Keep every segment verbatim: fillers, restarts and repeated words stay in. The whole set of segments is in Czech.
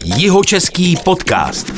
Jihočeský podcast.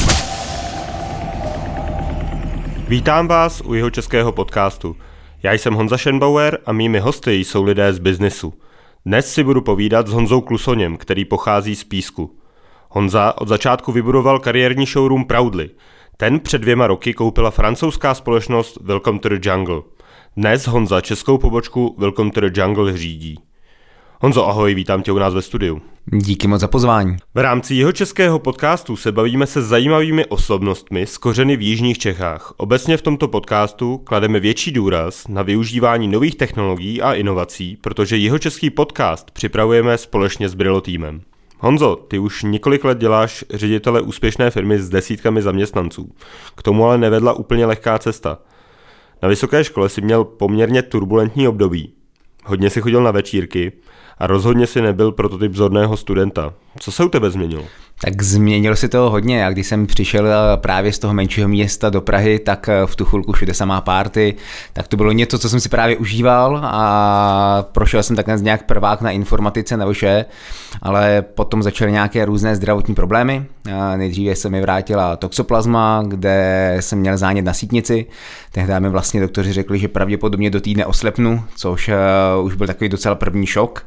Vítám vás u Jihočeského podcastu. Já jsem Honza Schenbauer a mými hosty jsou lidé z biznisu. Dnes si budu povídat s Honzou Klusoněm, který pochází z Písku. Honza od začátku vybudoval kariérní showroom Proudly. Ten před dvěma roky koupila francouzská společnost Welcome to the Jungle. Dnes Honza českou pobočku Welcome to the Jungle řídí. Honzo, ahoj, vítám tě u nás ve studiu. Díky moc za pozvání. V rámci Jihočeského podcastu se bavíme se zajímavými osobnostmi z kořeny v jižních Čechách. Obecně v tomto podcastu klademe větší důraz na využívání nových technologií a inovací, protože Jihočeský podcast připravujeme společně s Brillo týmem. Honzo, ty už několik let děláš ředitele úspěšné firmy s desítkami zaměstnanců. K tomu ale nevedla úplně lehká cesta. Na vysoké škole si měl poměrně turbulentní období. Hodně si chodil na večírky a rozhodně si nebyl prototyp vzorného studenta. Co se u tebe změnilo? Tak změnilo se toho hodně. Já když jsem přišel právě z toho menšího města do Prahy, tak v tu chvilku všude samá party, tak to bylo něco, co jsem si právě užíval a prošel jsem takhle nějak prvák na informatice na vyše, ale potom začaly nějaké různé zdravotní problémy. Nejdříve se mi vrátila toxoplazma, kde jsem měl zánět na sítnici. Tehdy mi vlastně doktoři řekli, že pravděpodobně do týdne oslepnu, což už byl takový docela první šok.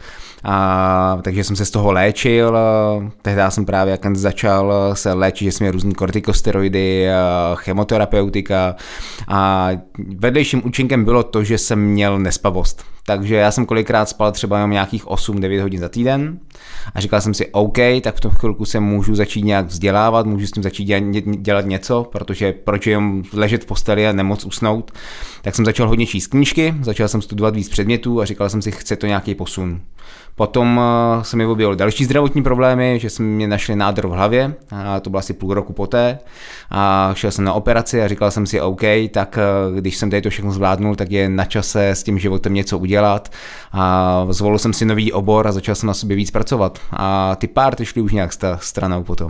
A, takže jsem se z toho léčil, tehdy jsem právě jak začal se léčit, že jsem měl různý kortikosteroidy, chemoterapeutika a vedlejším účinkem bylo to, že jsem měl nespavost. Takže já jsem kolikrát spal třeba jenom nějakých osm devět hodin za týden a říkal jsem si OK, tak v tom chvilku se můžu začít nějak vzdělávat, můžu s tím začít dělat něco, protože proč jenom ležet v posteli a nemoc usnout. Tak jsem začal hodně číst knížky, začal jsem studovat víc předmětů a říkal jsem si, chce to nějaký posun. Potom se mi objevily další zdravotní problémy, že jsme mě našli nádor v hlavě, a to bylo asi půl roku poté. A šel jsem na operaci a říkal jsem si OK, tak když jsem tady to všechno zvládnul, tak je na čase s tím životem něco udělat. A zvolil jsem si nový obor a začal jsem na sobě víc pracovat. A ty párty šly už nějak stranou potom.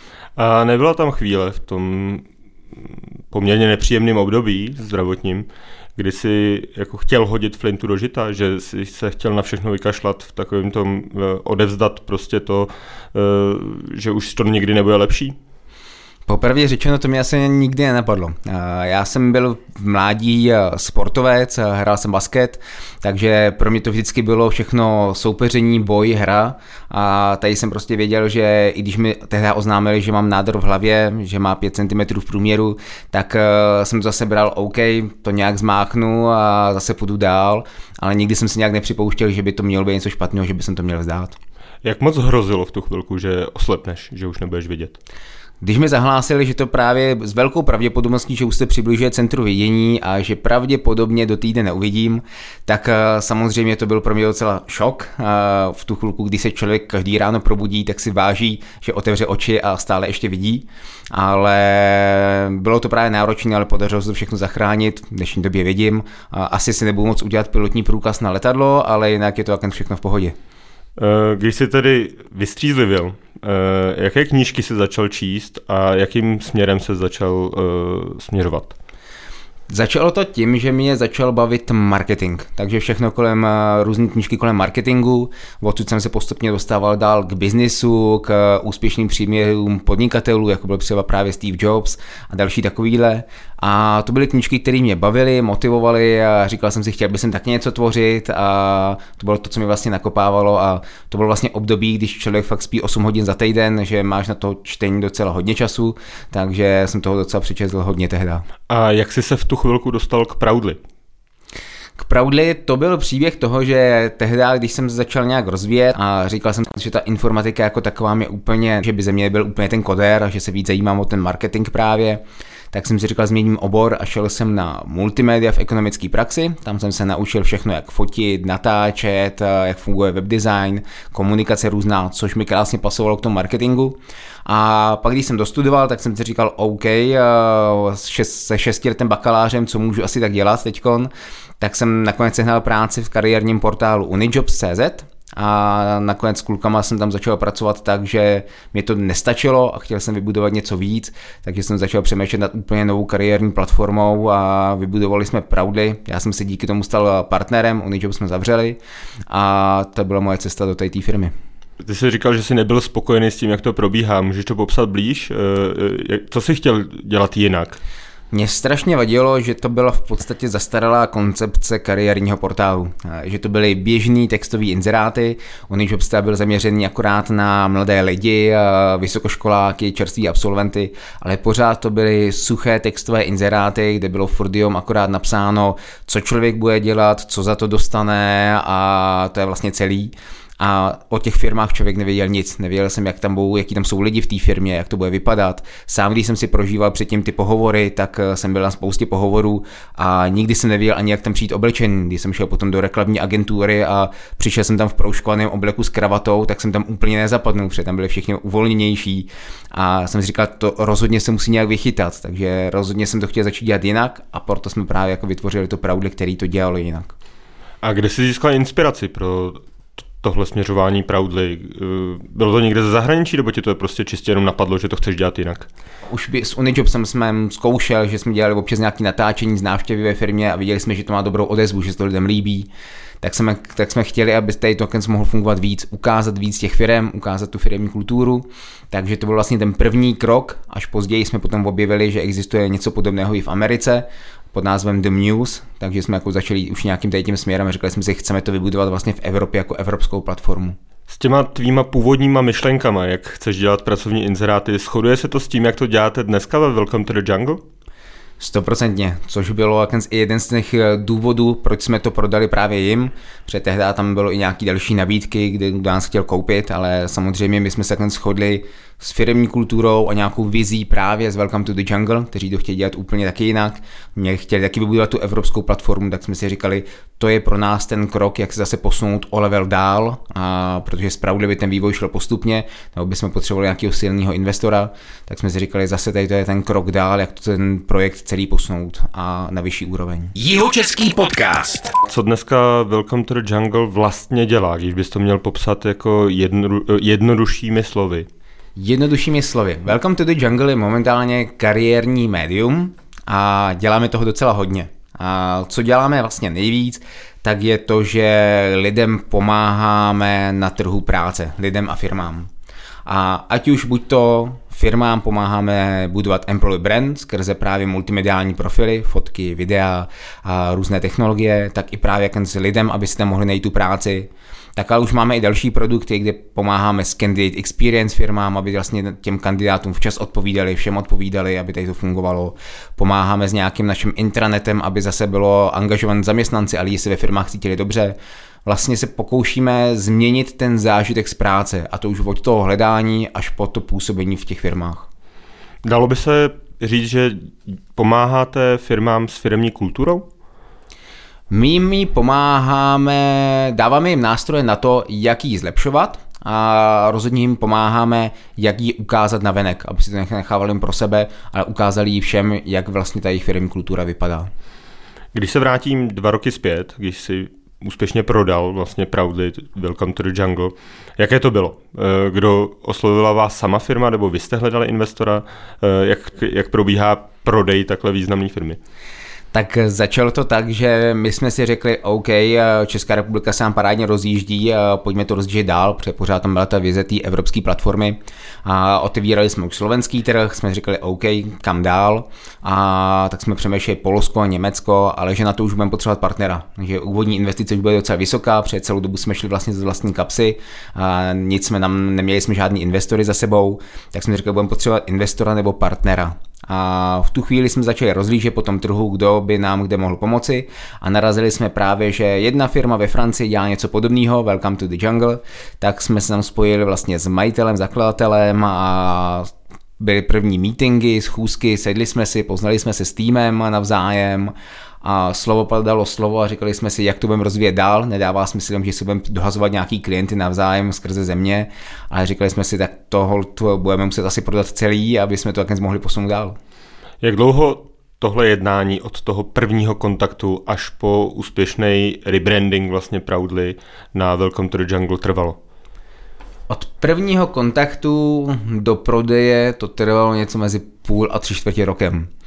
A nebyla tam chvíle v tom poměrně nepříjemném období zdravotním, kdy jsi jako chtěl hodit flintu do žita, že jsi se chtěl na všechno vykašlat v takovém tom odevzdat prostě to, že už to nikdy nebude lepší? Popravdě řečeno, to mě asi nikdy nenapadlo. Já jsem byl v mládí sportovec, hrál jsem basket, takže pro mě to vždycky bylo všechno soupeření, boj, hra a tady jsem prostě věděl, že i když mi tehdy oznámili, že mám nádor v hlavě, že má pět centimetrů v průměru, tak jsem to zase bral OK, to nějak zmáchnu a zase půjdu dál, ale nikdy jsem si nějak nepřipouštěl, že by to mělo být něco špatného, že by jsem to měl vzdát. Jak moc hrozilo v tu chvilku, že oslepneš, že už nebudeš vidět? Když mi zahlásili, že to právě s velkou pravděpodobností, že už se přibližuje centru vidění a že pravděpodobně do týdne neuvidím, tak samozřejmě to byl pro mě docela šok. V tu chvilku, kdy se člověk každý ráno probudí, tak si váží, že otevře oči a stále ještě vidí. Ale bylo to právě náročné, ale podařilo se to všechno zachránit. V dnešní době vidím. Asi si nebudu moc udělat pilotní průkaz na letadlo, ale jinak je to tak všechno v pohodě. Když jsi tedy vystřízlivěl, jaké knížky jsi začal číst a jakým směrem se začal uh, směřovat? Začalo to tím, že mě začal bavit marketing, takže všechno kolem, různé knížky kolem marketingu, odsud jsem se postupně dostával dál k biznisu, k úspěšným příběhům podnikatelů, jako byl třeba právě Steve Jobs a další takovýhle. A to byly knížky, které mě bavily, motivovaly a říkal jsem si, chtěl bych taky něco tvořit a to bylo to, co mi vlastně nakopávalo a to bylo vlastně období, když člověk fakt spí osm hodin za týden, že máš na to čtení docela hodně času, takže jsem toho docela přečetl hodně tehda. A jak jsi se v tu chvilku dostal k Proudly? K Proudly to byl příběh toho, že tehdy, když jsem začal nějak rozvíjet a říkal jsem, že ta informatika jako taková mě úplně, že by ze mě byl úplně ten kodér a že se víc zajímám o ten marketing právě, tak jsem si říkal, změním obor a šel jsem na multimédia v ekonomické praxi. Tam jsem se naučil všechno, jak fotit, natáčet, jak funguje webdesign, komunikace různá, což mi krásně pasovalo k tomu marketingu. A pak, když jsem dostudoval, tak jsem si říkal, OK, se šestiletým bakalářem, co můžu asi tak dělat teďkon, tak jsem nakonec sehnal práci v kariérním portálu unijobs tečka cé zet a nakonec s klukama jsem tam začal pracovat tak, že mě to nestačilo a chtěl jsem vybudovat něco víc, takže jsem začal přemýšlet nad úplně novou kariérní platformou a vybudovali jsme Proudly. Já jsem se díky tomu stal partnerem, Unijobs jsme zavřeli a to byla moje cesta do té firmy. Ty jsi říkal, že jsi nebyl spokojený s tím, jak to probíhá. Můžeš to popsat blíž? Co jsi chtěl dělat jinak? Mně strašně vadilo, že to byla v podstatě zastaralá koncepce kariérního portálu. Že to byly běžný textový inzeráty, Unijob byl zaměřený akorát na mladé lidi, vysokoškoláky, čerství absolventy, ale pořád to byly suché textové inzeráty, kde bylo furt jenom akorát napsáno, co člověk bude dělat, co za to dostane a to je vlastně celý. A o těch firmách člověk nevěděl nic, nevěděl jsem, jak tam budou, jaký tam jsou lidi v té firmě, jak to bude vypadat. Sám, když jsem si prožíval předtím ty pohovory, tak jsem byl na spoustě pohovorů a nikdy jsem nevěděl ani, jak tam přijít oblečený. Když jsem šel potom do reklamní agentury a přišel jsem tam v proužkovaném obleku s kravatou, tak jsem tam úplně nezapadnul, protože tam byli všichni uvolněnější a jsem si říkal, to rozhodně se musí nějak vychytat, takže rozhodně jsem to chtěl začít dělat jinak a proto jsme právě jako vytvořili to Proudly, který to dělalo jinak. A kde jsi získal inspiraci pro tohle směřování Proudly? Bylo to někde ze zahraničí, nebo ti to prostě čistě jenom napadlo, že to chceš dělat jinak? Už by s Unijob jsem jsme zkoušel, že jsme dělali občas nějaké natáčení z návštěvy ve firmě a viděli jsme, že to má dobrou odezvu, že se to lidem líbí. Tak jsme, tak jsme chtěli, aby tady token mohl fungovat víc, ukázat víc těch firem, ukázat tu firemní kulturu. Takže to byl vlastně ten první krok, až později jsme potom objevili, že existuje něco podobného i v Americe pod názvem The Muse, takže jsme jako začali už nějakým tady tím směrem a říkali jsme si, chceme to vybudovat vlastně v Evropě jako evropskou platformu. S těma tvýma původníma myšlenkama, jak chceš dělat pracovní inzeráty, shoduje se to s tím, jak to děláte dneska ve Welcome to the Jungle? Stoprocentně, což bylo jeden z těch důvodů, proč jsme to prodali právě jim, protože tehdy tam bylo i nějaký další nabídky, kde nás chtěl koupit, ale samozřejmě my jsme se takhle shodli s firemní kulturou a nějakou vizí právě z Welcome to the Jungle, kteří to chtěli dělat úplně taky jinak. Mě chtěli taky vybudovat tu evropskou platformu, tak jsme si říkali, to je pro nás ten krok, jak se zase posunout o level dál, a protože z Proudly by ten vývoj šel postupně, nebo bychom potřebovali nějakého silného investora, tak jsme si říkali, zase tady to je ten krok dál, jak to ten projekt celý posunout a na vyšší úroveň. Jihočeský podcast. Co dneska Welcome to the Jungle vlastně dělá, když bys to měl popsat jako jedno, jednoduššími slovy? Jednoduššími slovy. Welcome to the Jungle je momentálně kariérní médium a děláme toho docela hodně. A co děláme vlastně nejvíc, tak je to, že lidem pomáháme na trhu práce, lidem a firmám. A ať už buď to firmám pomáháme budovat employee brand skrze právě multimediální profily, fotky, videa a různé technologie, tak i právě s lidem, abyste mohli najít tu práci. Tak ale už máme i další produkty, kde pomáháme s candidate experience firmám, aby vlastně těm kandidátům včas odpovídali, všem odpovídali, aby tady to fungovalo. Pomáháme s nějakým naším intranetem, aby zase bylo angažovaní zaměstnanci a lidi se ve firmách cítili dobře. Vlastně se pokoušíme změnit ten zážitek z práce a to už od toho hledání až po to působení v těch firmách. Dalo by se říct, že pomáháte firmám s firemní kulturou? My jim pomáháme, dáváme jim nástroje na to, jak ji zlepšovat a rozhodně jim pomáháme, jak ji ukázat na venek, aby si to nechávali jen pro sebe, ale ukázali ji všem, jak vlastně ta jejich firemní kultura vypadá. Když se vrátím dva roky zpět, když si úspěšně prodal vlastně Proudly, Welcome to the Jungle, jaké to bylo? Kdo oslovila vás sama firma, nebo vy jste hledali investora? Jak, jak probíhá prodej takhle významné firmy? Tak začalo to tak, že my jsme si řekli, OK, Česká republika se nám parádně rozjíždí, pojďme to rozjíždět dál, protože pořád tam byla ta vize té evropské platformy a otevírali jsme už slovenský trh, jsme říkali, OK, kam dál, a tak jsme přemýšleli Polsko a Německo, ale že na to už budeme potřebovat partnera, takže úvodní investice už byla docela vysoká, protože celou dobu jsme šli vlastně z vlastní kapsy, a nic jsme nám, neměli jsme žádný investory za sebou, tak jsme říkali, budeme potřebovat investora nebo partnera. A v tu chvíli jsme začali rozlížet po tom trhu, kdo by nám kde mohl pomoci a narazili jsme právě, že jedna firma ve Francii dělá něco podobného, Welcome to the Jungle, tak jsme se tam spojili vlastně s majitelem, zakladatelem a byly první meetingy, schůzky, sedli jsme si, poznali jsme se s týmem navzájem a slovo padalo slovo a říkali jsme si, jak to budeme rozvíjet dál, nedává smysl, že si budeme dohazovat nějaký klienty navzájem skrze země, ale říkali jsme si, tak toho budeme muset asi prodat celý, aby jsme to takhle mohli posunout dál. Jak dlouho tohle jednání od toho prvního kontaktu až po úspěšný rebranding vlastně Proudly na Welcome to the Jungle trvalo? Od prvního kontaktu do prodeje to trvalo něco mezi půl a tři čtvrtě rokem.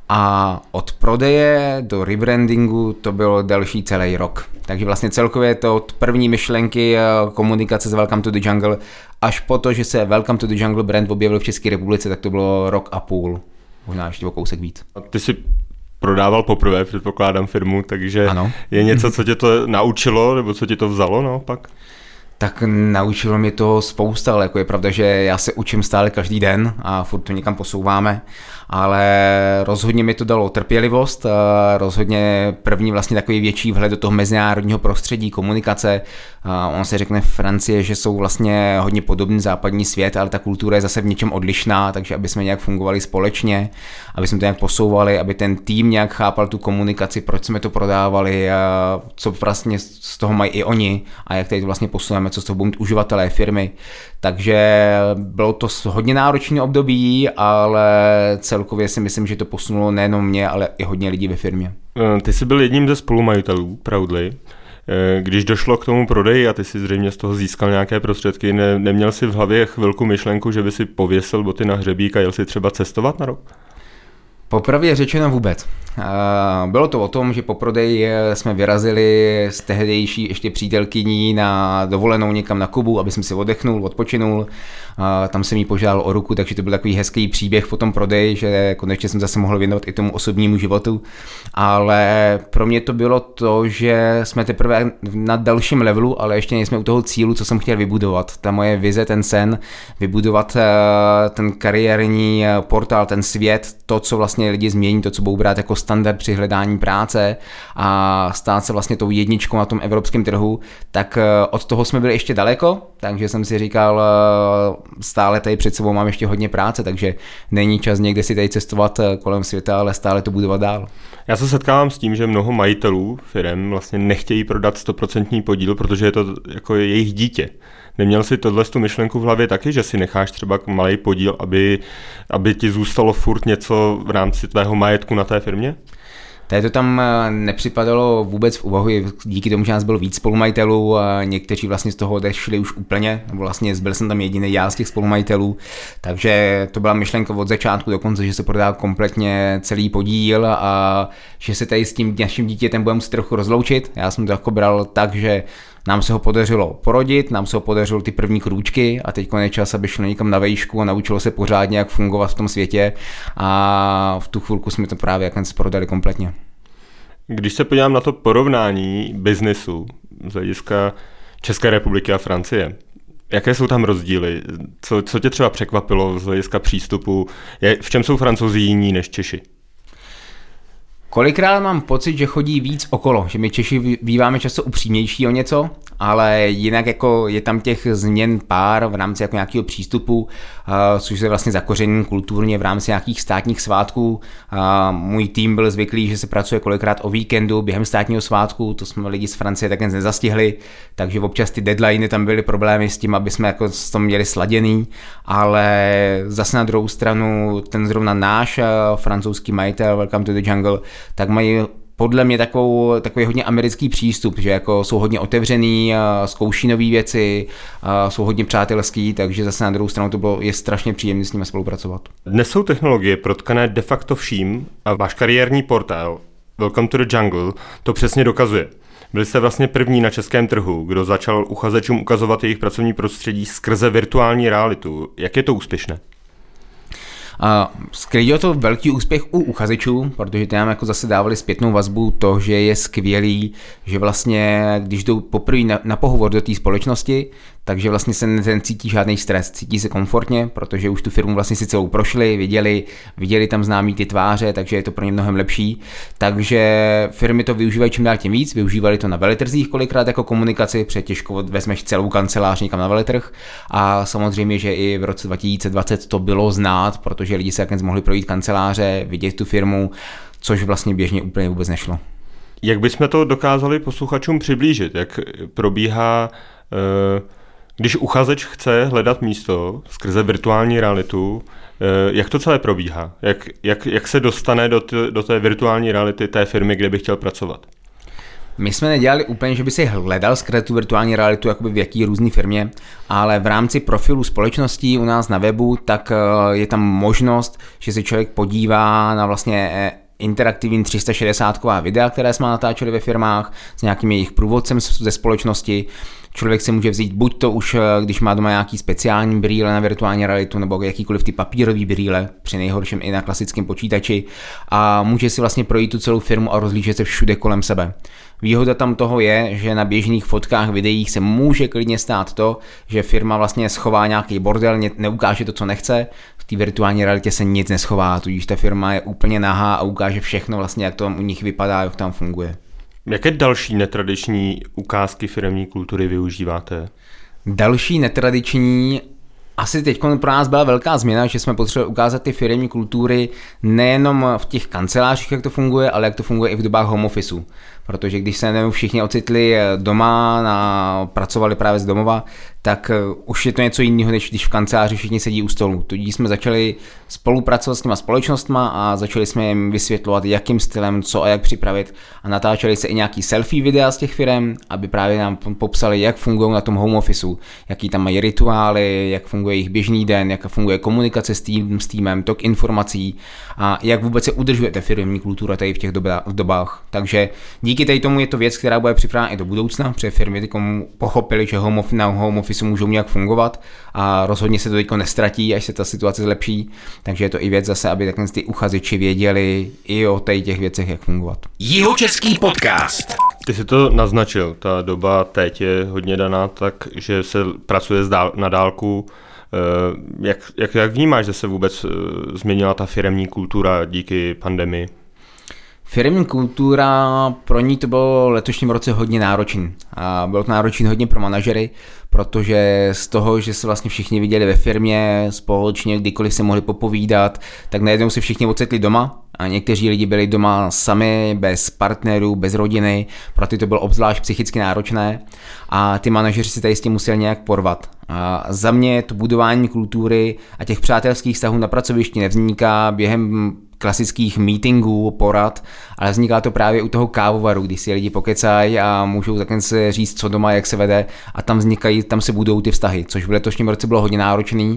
a od prodeje do rebrandingu to bylo další celý rok. Takže vlastně celkově to od první myšlenky komunikace s Welcome to the Jungle až po to, že se Welcome to the Jungle brand objevil v České republice, tak to bylo rok a půl, možná ještě o kousek víc. A ty si prodával poprvé, předpokládám, firmu, takže ano. Je něco, co tě to naučilo, nebo co ti to vzalo naopak? Tak naučilo mě to spousta, ale jako je pravda, že já se učím stále každý den a furt to někam posouváme, ale rozhodně mi to dalo trpělivost, rozhodně první vlastně takový větší vhled do toho mezinárodního prostředí, komunikace. On se řekne v Francii, že jsou vlastně hodně podobný západní svět, ale ta kultura je zase v něčem odlišná, takže aby jsme nějak fungovali společně, aby jsme to nějak posouvali, aby ten tým nějak chápal tu komunikaci, proč jsme to prodávali, co vlastně z toho mají i oni a jak tady to vlastně posuneme, co z toho budou mít uživatelé firmy. Takže bylo to hodně náročné období, ale celkově si myslím, že to posunulo nejenom mě, ale i hodně lidí ve firmě. Ty jsi byl jedním ze spolumajitelů Proudly. Když došlo k tomu prodeji a ty si zřejmě z toho získal nějaké prostředky, ne, neměl jsi v hlavě chvilku myšlenku, že by si pověsil boty na hřebík a jel si třeba cestovat na rok? Popravdě řečeno vůbec. Bylo to o tom, že po prodeji jsme vyrazili s tehdejší ještě přítelkyní na dovolenou někam na Kubu, aby jsem si oddechnul, odpočinul. Tam jsem jí požádal o ruku, takže to byl takový hezký příběh po tom prodeji, že konečně jsem zase mohl věnovat i tomu osobnímu životu. Ale pro mě to bylo to, že jsme teprve na dalším levelu, ale ještě nejsme u toho cílu, co jsem chtěl vybudovat. Ta moje vize, ten sen, vybudovat ten kariérní portál, ten svět, to, co vlastně lidi změní, to, co budou brát jako standard při hledání práce a stát se vlastně tou jedničkou na tom evropském trhu, tak od toho jsme byli ještě daleko, takže jsem si říkal, stále tady před sebou mám ještě hodně práce, takže není čas někde si tady cestovat kolem světa, ale stále to budovat dál. Já se setkávám s tím, že mnoho majitelů firem vlastně nechtějí prodat sto procent podíl, protože je to jako jejich dítě. Neměl jsi tohle tu myšlenku v hlavě taky, že si necháš třeba malý podíl, aby, aby ti zůstalo furt něco v rámci tvého majetku na té firmě? Tady to tam nepřipadalo vůbec v úvahu, díky tomu, že nás bylo víc spolumajitelů, a někteří vlastně z toho odešli už úplně, vlastně byl jsem tam jediný já z těch spolumajitelů, takže to byla myšlenka od začátku do konce, že se prodá kompletně celý podíl a že se tady s tím naším dítětem budeme muset trochu rozloučit. Já jsem to jako bral tak, že nám se ho podařilo porodit, nám se ho podařilo ty první krůčky a teď konečně čas, aby šlo někam na vejšku a naučilo se pořádně, jak fungovat v tom světě a v tu chvilku jsme to právě jak se prodali kompletně. Když se podívám na to porovnání biznesu z hlediska České republiky a Francie, jaké jsou tam rozdíly? Co, co tě třeba překvapilo z hlediska přístupu? Je, v čem jsou Francouzi jiní než Češi? Kolikrát mám pocit, že chodí víc okolo, že my Češi býváme často upřímnější o něco, ale jinak jako je tam těch změn pár v rámci jako nějakého přístupu, což je vlastně zakořeněn kulturně v rámci nějakých státních svátků. Můj tým byl zvyklý, že se pracuje kolikrát o víkendu během státního svátku, to jsme lidi z Francie také nezastihli, takže občas ty deadliny tam byly problémy s tím, aby jsme jako s tom měli sladěný, ale zase na druhou stranu ten zrovna náš francouzský majitel Welcome to the Jungle, tak mají podle mě takovou, takový hodně americký přístup, že jako jsou hodně otevřený, zkouší nové věci, jsou hodně přátelský, takže zase na druhou stranu to bylo, je strašně příjemné s nimi spolupracovat. Dnes jsou technologie protkané de facto vším a váš kariérní portál Welcome to the Jungle to přesně dokazuje. Byli jste vlastně první na českém trhu, kdo začal uchazečům ukazovat jejich pracovní prostředí skrze virtuální realitu. Jak je to úspěšné? Sklidilo to velký úspěch u uchazečů, protože ty nám jako zase dávali zpětnou vazbu to, že je skvělý, že vlastně když jdou poprvé na, na pohovor do té společnosti, takže vlastně se necítí žádný stres, cítí se komfortně, protože už tu firmu vlastně si celou prošli, viděli, viděli tam známý ty tváře, takže je to pro ně mnohem lepší. Takže firmy to využívají čím dál tím víc, využívali to na veletrzích kolikrát jako komunikaci, protože těžko vezmeš celou kancelář někam na veletrh a samozřejmě, že i v roce dva tisíce dvacet to bylo znát, protože lidi se jak mohli projít kanceláře, vidět tu firmu, což vlastně běžně úplně vůbec nešlo. Jak bychom to dokázali posluchačům přiblížit? Jak probíhá, když uchazeč chce hledat místo skrze virtuální realitu, jak to celé probíhá? Jak, jak, jak se dostane do, t, do té virtuální reality té firmy, kde by chtěl pracovat? My jsme nedělali úplně, že by si hledal skrze tu virtuální realitu jakoby v jaký různý firmě, ale v rámci profilu společností u nás na webu, tak je tam možnost, že se člověk podívá na vlastně interaktivní tři sta šedesátková videa, které jsme natáčeli ve firmách s nějakým jejich průvodcem ze společnosti. Člověk si může vzít buď to už, když má doma nějaký speciální brýle na virtuální realitu, nebo jakýkoliv ty papírový brýle, při nejhorším i na klasickém počítači, a může si vlastně projít tu celou firmu a rozlížet se všude kolem sebe. Výhoda tam toho je, že na běžných fotkách, videích se může klidně stát to, že firma vlastně schová nějaký bordel, neukáže to, co nechce. V té virtuální realitě se nic neschová, tudíž ta firma je úplně nahá a ukáže všechno vlastně, jak to u nich vypadá, jak tam funguje. Jaké další netradiční ukázky firemní kultury využíváte? Další netradiční, asi teď pro nás byla velká změna, že jsme potřebovali ukázat ty firemní kultury nejenom v těch kancelářích, jak to funguje, ale jak to funguje i v dobách home officeu. Protože když se nevím, všichni ocitli doma, na, pracovali právě z domova, tak už je to něco jiného, než když v kanceláři všichni sedí u stolu. Tudíž jsme začali spolupracovat s těma společnostma a začali jsme jim vysvětlovat, jakým stylem, co a jak připravit. A natáčeli se i nějaký selfie videa z těch firem, aby právě nám popsali, jak fungují na tom home officeu, jaký tam mají rituály, jak funguje jejich běžný den, jak funguje komunikace s, tým, s týmem, tok informací a jak vůbec se udržuje ta firemní kultura tady v těch doba, v dobách. Takže díky tady tomu je to věc, která bude připravena i do budoucna, protože firmy tykom pochopili, že home office, na home office můžou nějak fungovat a rozhodně se to teďko nestratí, až se ta situace zlepší. Takže je to i věc zase, aby takhle ty uchazeči věděli i o těch věcech, jak fungovat. Jihočeský podcast. Ty jsi to naznačil, ta doba teď je hodně daná tak, že se pracuje na dálku. Jak, jak, jak vnímáš, že se vůbec změnila ta firemní kultura díky pandemii? Firemní kultura, pro ní to bylo v letošním roce hodně náročný. A bylo to náročný hodně pro manažery, protože z toho, že se vlastně všichni viděli ve firmě společně, kdykoliv se mohli popovídat, tak najednou se všichni ocitli doma a někteří lidi byli doma sami, bez partnerů, bez rodiny, pro ty to bylo obzvlášť psychicky náročné a ty manažeři si tady s tím museli nějak porvat. A za mě to budování kultury a těch přátelských vztahů na pracovišti nevzniká během klasických meetingů, porad, ale vzniká to právě u toho kávovaru, kdy si lidi pokecají a můžou takhle se říct, co doma, jak se vede a tam vznikají, tam se budou ty vztahy, což v letošním roce bylo hodně náročný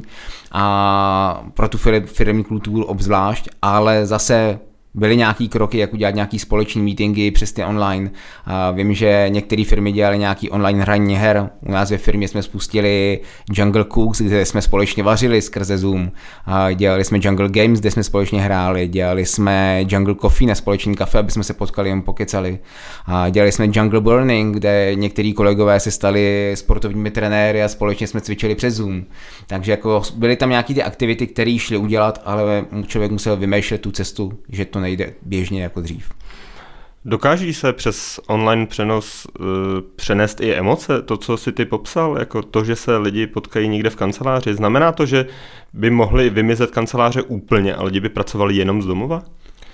a pro tu firemní kulturu obzvlášť, ale zase byly nějaký kroky, jak udělat nějaký společný meetingy přes ty online. A vím, že některé firmy dělaly nějaký online hraní her. U nás ve firmě jsme spustili Jungle Cooks, kde jsme společně vařili skrze Zoom. A dělali jsme Jungle Games, kde jsme společně hráli. Dělali jsme Jungle Coffee na společný kafe, aby jsme se potkali a pokecali. A dělali jsme Jungle Burning, kde některý kolegové se stali sportovními trenéry a společně jsme cvičili přes Zoom. Takže jako byly tam nějaké ty aktivity, které šly udělat, ale člověk musel vymýšlet tu cestu, že to nejde běžně jako dřív. Dokáží se přes online přenos uh, přenést i emoce? To, co si ty popsal, jako to, že se lidi potkají někde v kanceláři, znamená to, že by mohli vymizet kanceláře úplně a lidi by pracovali jenom z domova?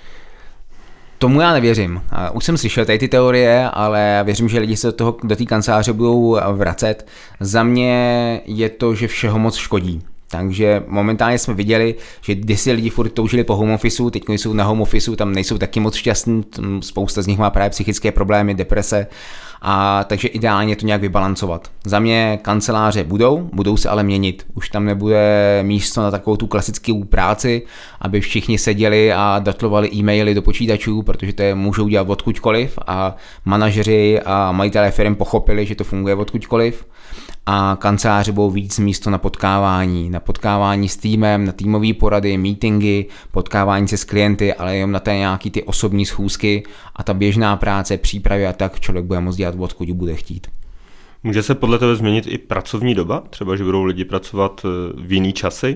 Tomu já nevěřím. Už jsem slyšel tady ty teorie, ale věřím, že lidi se do toho, do té kanceláře budou vracet. Za mě je to, že všeho moc škodí. Takže momentálně jsme viděli, že kdysi lidi furt toužili po home officeu, teď jsou na home officeu, tam nejsou taky moc šťastní, spousta z nich má právě psychické problémy, deprese, a takže ideálně to nějak vybalancovat. Za mě kanceláře budou, budou se ale měnit. Už tam nebude místo na takovou tu klasickou práci, aby všichni seděli a datlovali e-maily do počítačů, protože to je můžou dělat odkudkoliv a manažeři a majitelé firm pochopili, že to funguje odkudkoliv. A kanceláře budou víc místo na potkávání, na potkávání s týmem, na týmové porady, meetingy, potkávání se s klienty, ale jenom na té nějaký ty osobní schůzky a ta běžná práce, přípravy a tak člověk bude moct dělat odkud bude chtít. Může se podle tebe změnit i pracovní doba? Třeba, že budou lidi pracovat v jiný časy?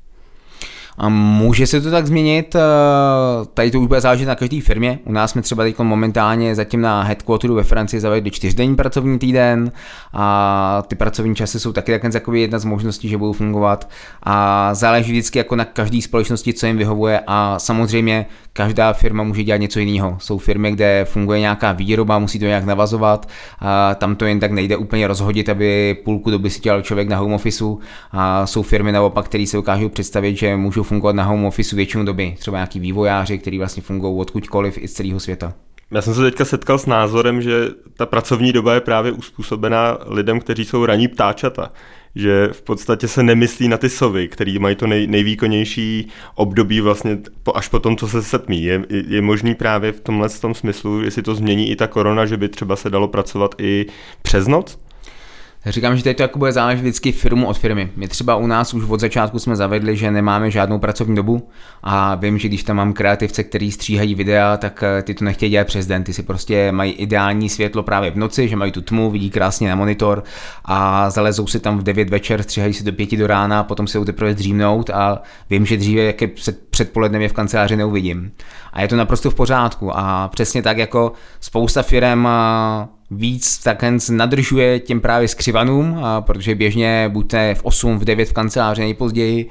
A může se to tak změnit, tady to už bude záležet na každé firmě. U nás jsme třeba teď momentálně zatím na headquarteru ve Francii zavedli čtyřdenní pracovní týden a ty pracovní časy jsou taky takový jedna z možností, že budou fungovat a záleží vždycky jako na každé společnosti, co jim vyhovuje a samozřejmě každá firma může dělat něco jiného. Jsou firmy, kde funguje nějaká výroba, musí to nějak navazovat, a tam to jen tak nejde úplně rozhodit, aby půlku doby si dělal člověk na home officeu a jsou firmy naopak, které se dokážou představit, že můžou fungovat na home officeu většinu doby, třeba nějaký vývojáři, kteří vlastně fungují odkudkoliv i z celého světa. Já jsem se teďka setkal s názorem, že ta pracovní doba je právě uspůsobená lidem, kteří jsou raní ptáčata. že v podstatě se nemyslí na ty sovy, který mají to nej, nejvýkonnější období vlastně po, až po tom, co se setmí. Je, je možný právě v tomhle v tom smyslu, jestli to změní i ta korona, že by třeba se dalo pracovat i přes noc? Říkám, že tady to jako bude záležet vždycky firmu od firmy. My třeba u nás už od začátku jsme zavedli, že nemáme žádnou pracovní dobu a vím, že když tam mám kreativce, který stříhají videa, tak ty to nechtějí dělat přes den. Ty si prostě mají ideální světlo právě v noci, že mají tu tmu, vidí krásně na monitor a zalezou si tam v devět večer, stříhají si do pěti do rána, potom se jdou teprve dřímnout a vím, že dříve, jak je před, předpolednem je v kanceláři neuvidím. A je to naprosto v pořádku a přesně tak jako spousta firem víc takhle nadržuje těm právě skřivanům, a protože běžně buďte v osm, v devět v kanceláři nejpozději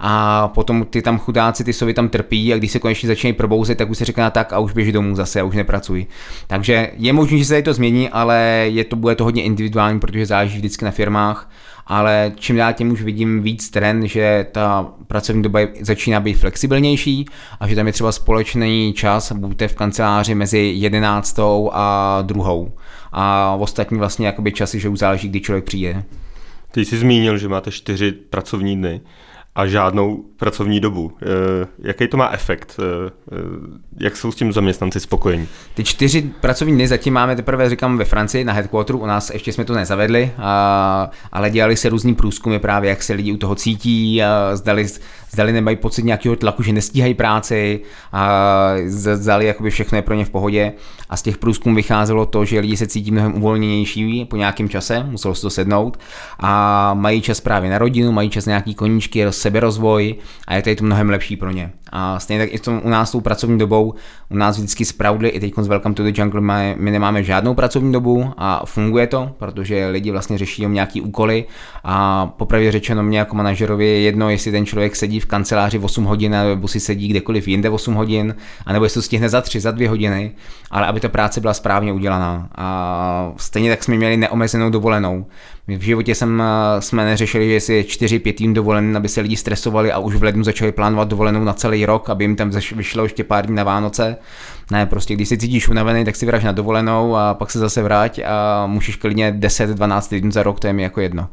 a potom ty tam chudáci, ty sovy tam trpí a když se konečně začínají probouzet, tak už se říká tak a už běží domů zase a už nepracují. Takže je možné, že se tady to změní, ale je to, bude to hodně individuální, protože záleží vždycky na firmách, ale čím dál tím už vidím víc trend, že ta pracovní doba začíná být flexibilnější a že tam je třeba společný čas, buďte v kanceláři mezi jedenáctou a druhou. A ostatní vlastně jakoby časy, že už záleží, kdy člověk přijde. Ty jsi zmínil, že máte čtyři pracovní dny a žádnou pracovní dobu. E, jaký to má efekt? E, jak jsou s tím zaměstnanci spokojení? Ty čtyři pracovní dny zatím máme teprve, říkám, ve Francii na headquarteru, u nás ještě jsme to nezavedli, a, ale dělali se různý průzkumy právě, jak se lidi u toho cítí, a zdali, zdali nemají pocit nějakého tlaku, že nestíhají práci a zdali jakoby všechno je pro ně v pohodě. A z těch průzkumů vycházelo to, že lidi se cítí mnohem uvolněnější po nějakém čase, muselo se to sednout a mají čas právě na rodinu, mají čas na nějaký koníčky, seberozvoj a je tady to mnohem lepší pro ně. A stejně tak i v tom, u nás tou pracovní dobou, u nás vždycky Sproudly, i teď s Welcome to the Jungle, my, my nemáme žádnou pracovní dobu a funguje to, protože lidi vlastně řeší jenom nějaký úkoly a popravdě řečeno mě jako manažerovi je jedno, jestli ten člověk sedí v kanceláři osm hodin, nebo si sedí kdekoliv jinde osm hodin, anebo jestli to stihne za tři, za dvě hodiny, ale aby ta práce byla správně udělaná. A stejně tak jsme měli neomezenou dovolenou. My v životě jsem, jsme neřešili, že jestli je čtyři pět týdnů dovolený, aby se lidi stresovali a už v lednu začali plánovat dovolenou na celý rok, aby jim tam vyšlo ještě pár dní na Vánoce. Ne, prostě když si cítíš unavený, tak si vyraž na dovolenou a pak se zase vrať a můžeš klidně deset dvanáct týdnů za rok, to je mi jako jedno.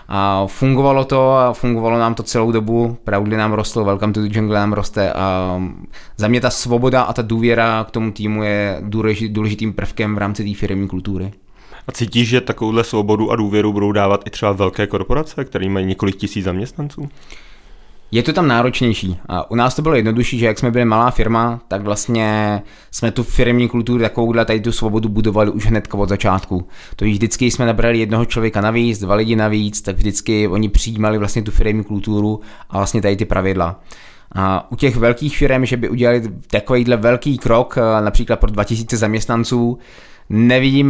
A fungovalo to a fungovalo nám to celou dobu, Proudly nám rostlo, Welcome to the Jungle nám roste a za mě ta svoboda a ta důvěra k tomu týmu je důležitým prvkem v rámci té firemní kultury. A cítíš, že takovouhle svobodu a důvěru budou dávat i třeba velké korporace, které mají několik tisíc zaměstnanců? Je to tam náročnější. A u nás to bylo jednodušší, že jak jsme byli malá firma, tak vlastně jsme tu firemní kulturu takovouhle tady tu svobodu budovali už hned od začátku. To již vždycky jsme nabrali jednoho člověka navíc, dva lidi navíc, tak vždycky oni přijímali vlastně tu firemní kulturu a vlastně tady ty pravidla. A u těch velkých firm, že by udělali takovýhle velký krok, například pro dva tisíce zaměstnanců, nevidím,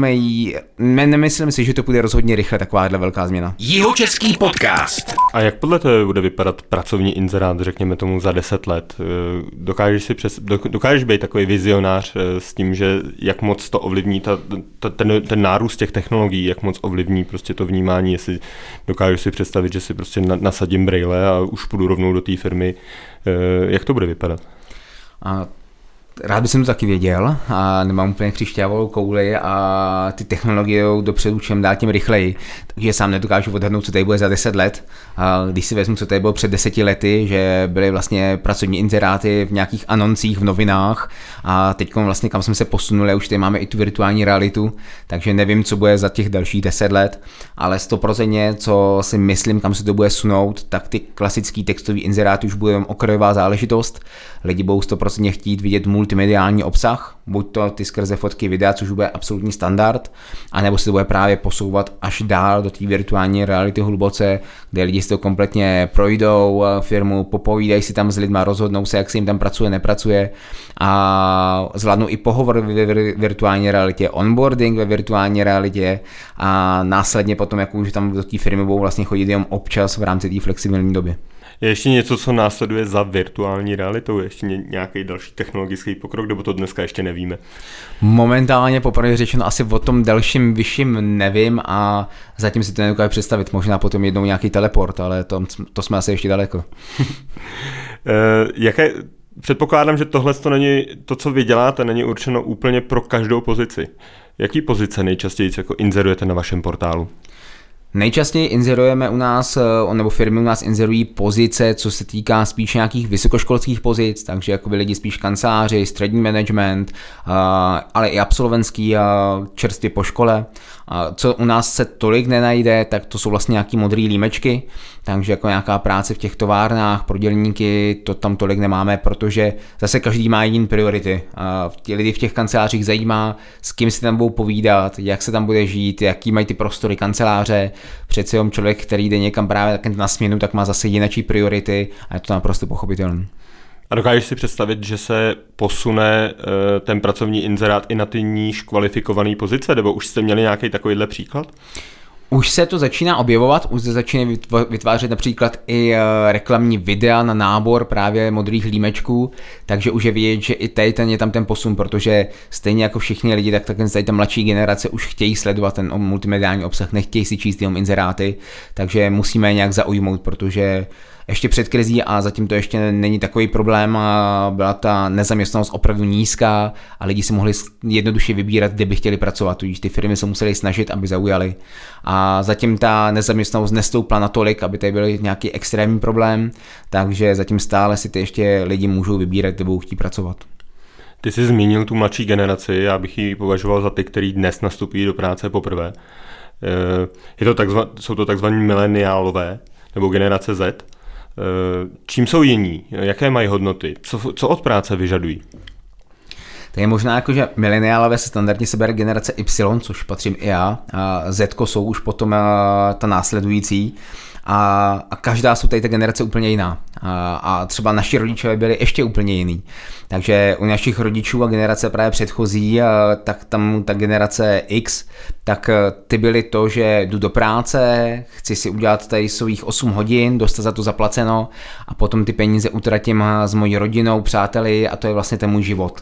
nemyslím si, že to bude rozhodně rychle takováhle velká změna. Jihočeský podcast. A jak podle toho bude vypadat pracovní inzerát, řekněme tomu, za deset let? Dokážeš, si přes, dokážeš být takový vizionář s tím, že jak moc to ovlivní ta, ta, ten, ten nárůst těch technologií, jak moc ovlivní prostě to vnímání, jestli dokážeš si představit, že si prostě nasadím brejle a už půjdu rovnou do té firmy. Jak to bude vypadat? A rád bych to taky věděl a nemám úplně křišťálovou kouli a ty technologie jdou dopředu čem dál tím rychleji, takže sám nedokážu odhadnout, co tady bude za deset let. A když si vezmu, co tady bylo před deseti lety, že byly vlastně pracovní inzeráty v nějakých anoncích v novinách a teď vlastně kam jsme se posunuli, už tady máme i tu virtuální realitu, takže nevím, co bude za těch dalších deset let, ale sto procent co si myslím, kam se to bude sunout, tak ty klasický textový inzeráty už budou okrajová záležitost. Lidi budou sto procent chtít vidět multimediální obsah, buď to ty skrze fotky, videa, což bude absolutní standard, anebo se to bude právě posouvat až dál do té virtuální reality hluboce, kde lidi si to kompletně projdou firmu, popovídají si tam s lidma, rozhodnou se, jak se jim tam pracuje, nepracuje a zvládnou i pohovor ve virtuální realitě, onboarding ve virtuální realitě a následně potom, jak už tam do té firmy budou vlastně chodit jenom občas v rámci té flexibilní doby. Je ještě něco, co následuje za virtuální realitou? Je ještě nějaký další technologický pokrok, nebo to dneska ještě nevíme? Momentálně popravdě řečeno asi o tom dalším vyšším nevím a zatím si to nedokážu představit. Možná potom jednou nějaký teleport, ale to, to jsme asi ještě daleko. Jaké, předpokládám, že tohle to není, to, co vy děláte, není určeno úplně pro každou pozici. Jaký pozice nejčastěji jako inzerujete na vašem portálu? Nejčastěji inzerujeme u nás, nebo firmy u nás inzerují pozice, co se týká spíš nějakých vysokoškolských pozic, takže jako by lidi spíš kanceláři, střední management, ale i absolventský čerstvě po škole. Co u nás se tolik nenajde, tak to jsou vlastně nějaký modrý límečky, takže jako nějaká práce v těch továrnách, pro dělníky, to tam tolik nemáme, protože zase každý má jiné priority. Ti lidi v těch kancelářích zajímá, s kým si tam budou povídat, jak se tam bude žít, jaký mají ty prostory kanceláře. Přece jenom člověk, který jde někam právě na směnu, tak má zase jinačí priority a je to naprosto pochopitelné. A dokážeš si představit, že se posune ten pracovní inzerát i na ty níž kvalifikované pozice, nebo už jste měli nějaký takovýhle příklad? Už se to začíná objevovat, už se začíná vytvářet například i reklamní videa na nábor právě modrých límečků, takže už je vidět, že i tady ten je tam ten posun, protože stejně jako všichni lidi, tak tak tady ta mladší generace už chtějí sledovat ten multimediální obsah, nechtějí si číst jenom inzeráty, takže musíme je nějak zaujmout, protože ještě před krizí a zatím to ještě není takový problém a byla ta nezaměstnanost opravdu nízká a lidi si mohli jednoduše vybírat, kde by chtěli pracovat, tudíž ty firmy se musely snažit, aby zaujali. A zatím ta nezaměstnanost nestoupla natolik, aby tady byl nějaký extrémní problém, takže zatím stále si ty ještě lidi můžou vybírat, kde budou chtít pracovat. Ty jsi zmínil tu mladší generaci, já bych ji považoval za ty, který dnes nastupují do práce poprvé. Je to takzva, jsou to takzvaní mileniálové nebo generace Z. Čím jsou jiní? Jaké mají hodnoty? Co, co od práce vyžadují? To je možná jako, že mileniálové se standardně se bere generace Y, což patřím i já, a Z jsou už potom ta následující a, a každá jsou tady ta generace úplně jiná. A, a třeba naši rodiče byli ještě úplně jiný. Takže u našich rodičů a generace právě předchozí, a, tak tam ta generace X, tak ty byly to, že jdu do práce, chci si udělat tady svých osm hodin, dostat za to zaplaceno a potom ty peníze utratím s mojí rodinou, přáteli a to je vlastně ten můj život.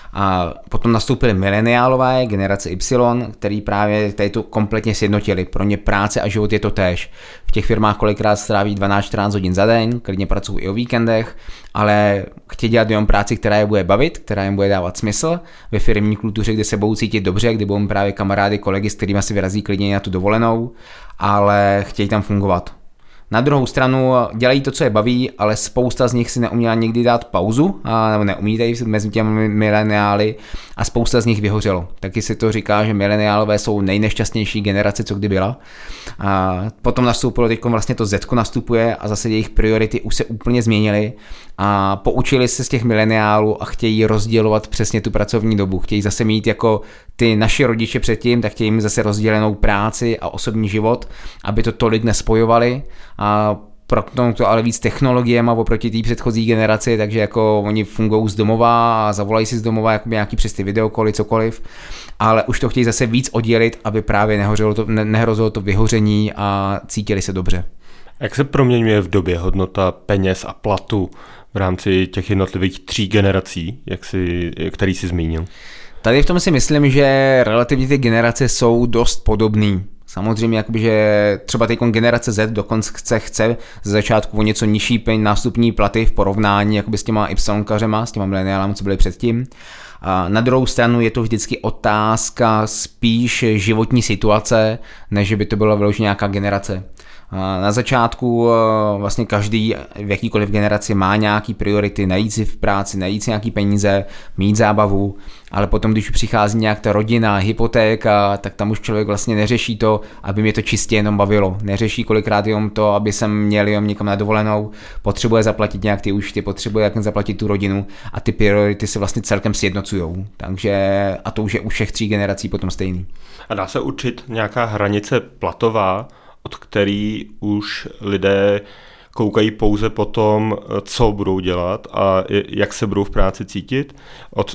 A potom nastoupily mileniálové, generace Y, který právě tady to kompletně sjednotili. Pro ně práce a život je to též. V těch firmách kolikrát stráví dvanáct čtrnáct hodin za den, klidně pracují i o víkendech, ale chtějí dělat jenom práci, která je bude bavit, která jim bude dávat smysl, ve firmní kultuře, kde se budou cítit dobře, kde budou právě kamarády, kolegy, s kterými si vyrazí klidně na tu dovolenou, ale chtějí tam fungovat. Na druhou stranu dělají to, co je baví, ale spousta z nich si neuměla nikdy dát pauzu, nebo neumí tady mezi těmi mileniály a spousta z nich vyhořelo. Taky se to říká, že mileniálové jsou nejnešťastnější generace, co kdy byla. A potom nastoupilo, teď vlastně to Zetko nastupuje a zase jejich priority už se úplně změnily a poučili se z těch mileniálů a chtějí rozdělovat přesně tu pracovní dobu. Chtějí zase mít jako ty naši rodiče předtím, tak chtějí mít zase rozdělenou práci a osobní život, aby to tolik nespojovali. A proknout to ale víc technologiemi oproti té předchozí generaci, takže jako oni fungují z domova a zavolají si z domova jako nějaký přes ty videokoly, cokoliv, ale už to chtějí zase víc oddělit, aby právě nehrozilo to, nehrozilo to vyhoření a cítili se dobře. Jak se proměňuje v době hodnota peněz a platu v rámci těch jednotlivých tří generací, jak si, který jsi zmínil? Tady v tom si myslím, že relativně ty generace jsou dost podobný. Samozřejmě, jakoby, že třeba teď generace Z dokonce chce, chce ze začátku o něco nižší nástupní platy v porovnání jakoby s těma Y-kařema, s těma mileniálami, co byly předtím. A na druhou stranu je to vždycky otázka spíš životní situace, než by to byla vyloženě nějaká generace. Na začátku vlastně každý v jakýkoliv generaci má nějaký priority, najít si v práci, najít si nějaký peníze, mít zábavu, ale potom, když přichází nějak ta rodina, hypotéka, tak tam už člověk vlastně neřeší to, aby mě to čistě jenom bavilo. Neřeší kolikrát jenom to, aby jsem měl jenom někam na dovolenou, potřebuje zaplatit nějak ty účty, potřebuje jak zaplatit tu rodinu a ty priority se vlastně celkem sjednocujou. Takže a to už je u všech tří generací potom stejný. A dá se určit nějaká hranice platová, od který už lidé koukají pouze po tom, co budou dělat a jak se budou v práci cítit, od,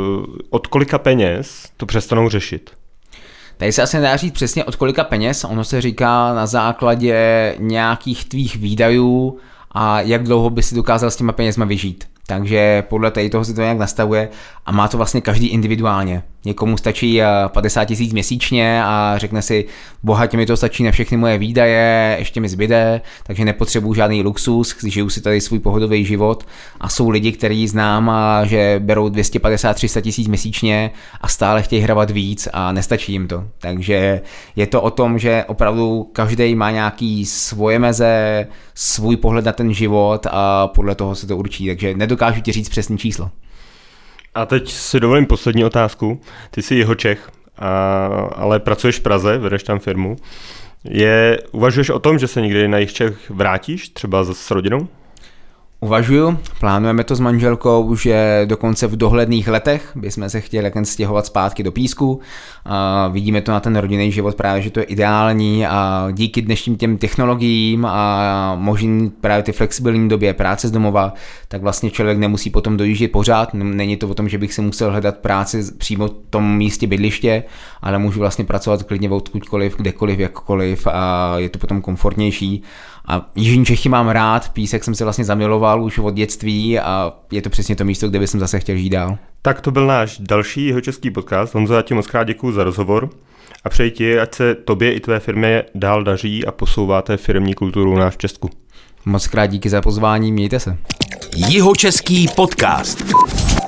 od kolika peněz to přestanou řešit? Tady se asi nedá říct přesně od kolika peněz, ono se říká na základě nějakých tvých výdajů a jak dlouho by si dokázal s těma penězma vyžít. Takže podle tady toho si to nějak nastavuje a má to vlastně každý individuálně. někomu stačí padesát tisíc měsíčně a řekne si, bohatě mi to stačí na všechny moje výdaje, ještě mi zbyde, takže nepotřebuji žádný luxus, žiju si tady svůj pohodový život a jsou lidi, který znám, že berou dvě stě padesát až tři sta tisíc měsíčně a stále chtějí hrabat víc a nestačí jim to. Takže je to o tom, že opravdu každý má nějaký svoje meze, svůj pohled na ten život a podle toho se to určí, takže nedokážu ti říct přesný číslo. A teď si dovolím poslední otázku. Ty jsi Jihočech, a, ale pracuješ v Praze, vedeš tam firmu. Je, uvažuješ o tom, že se někdy na Jihočech vrátíš, třeba s rodinou? Uvažuju, plánujeme to s manželkou, že dokonce v dohledných letech bychom se chtěli jen stěhovat zpátky do Písku. A vidíme to na ten rodinný život právě, že to je ideální a díky dnešním těm technologiím a možný právě ty flexibilní době práce z domova, tak vlastně člověk nemusí potom dojíždět pořád. Není to o tom, že bych si musel hledat práci přímo v tom místě bydliště, ale můžu vlastně pracovat klidně odkudkoliv, kdekoliv, jakkoliv a je to potom komfortnější. A Jižní Čechy mám rád, Písek jsem se vlastně zamiloval už od dětství a je to přesně to místo, kde bych zase chtěl žít dál. Tak to byl náš další jihočeský podcast. Honzo, já ti moc krát děkuju za rozhovor a přeji ti, ať se tobě i tvé firmě dál daří a posouváte firmní kulturu u nás v Česku. Moc krát díky za pozvání, mějte se. Jihočeský podcast.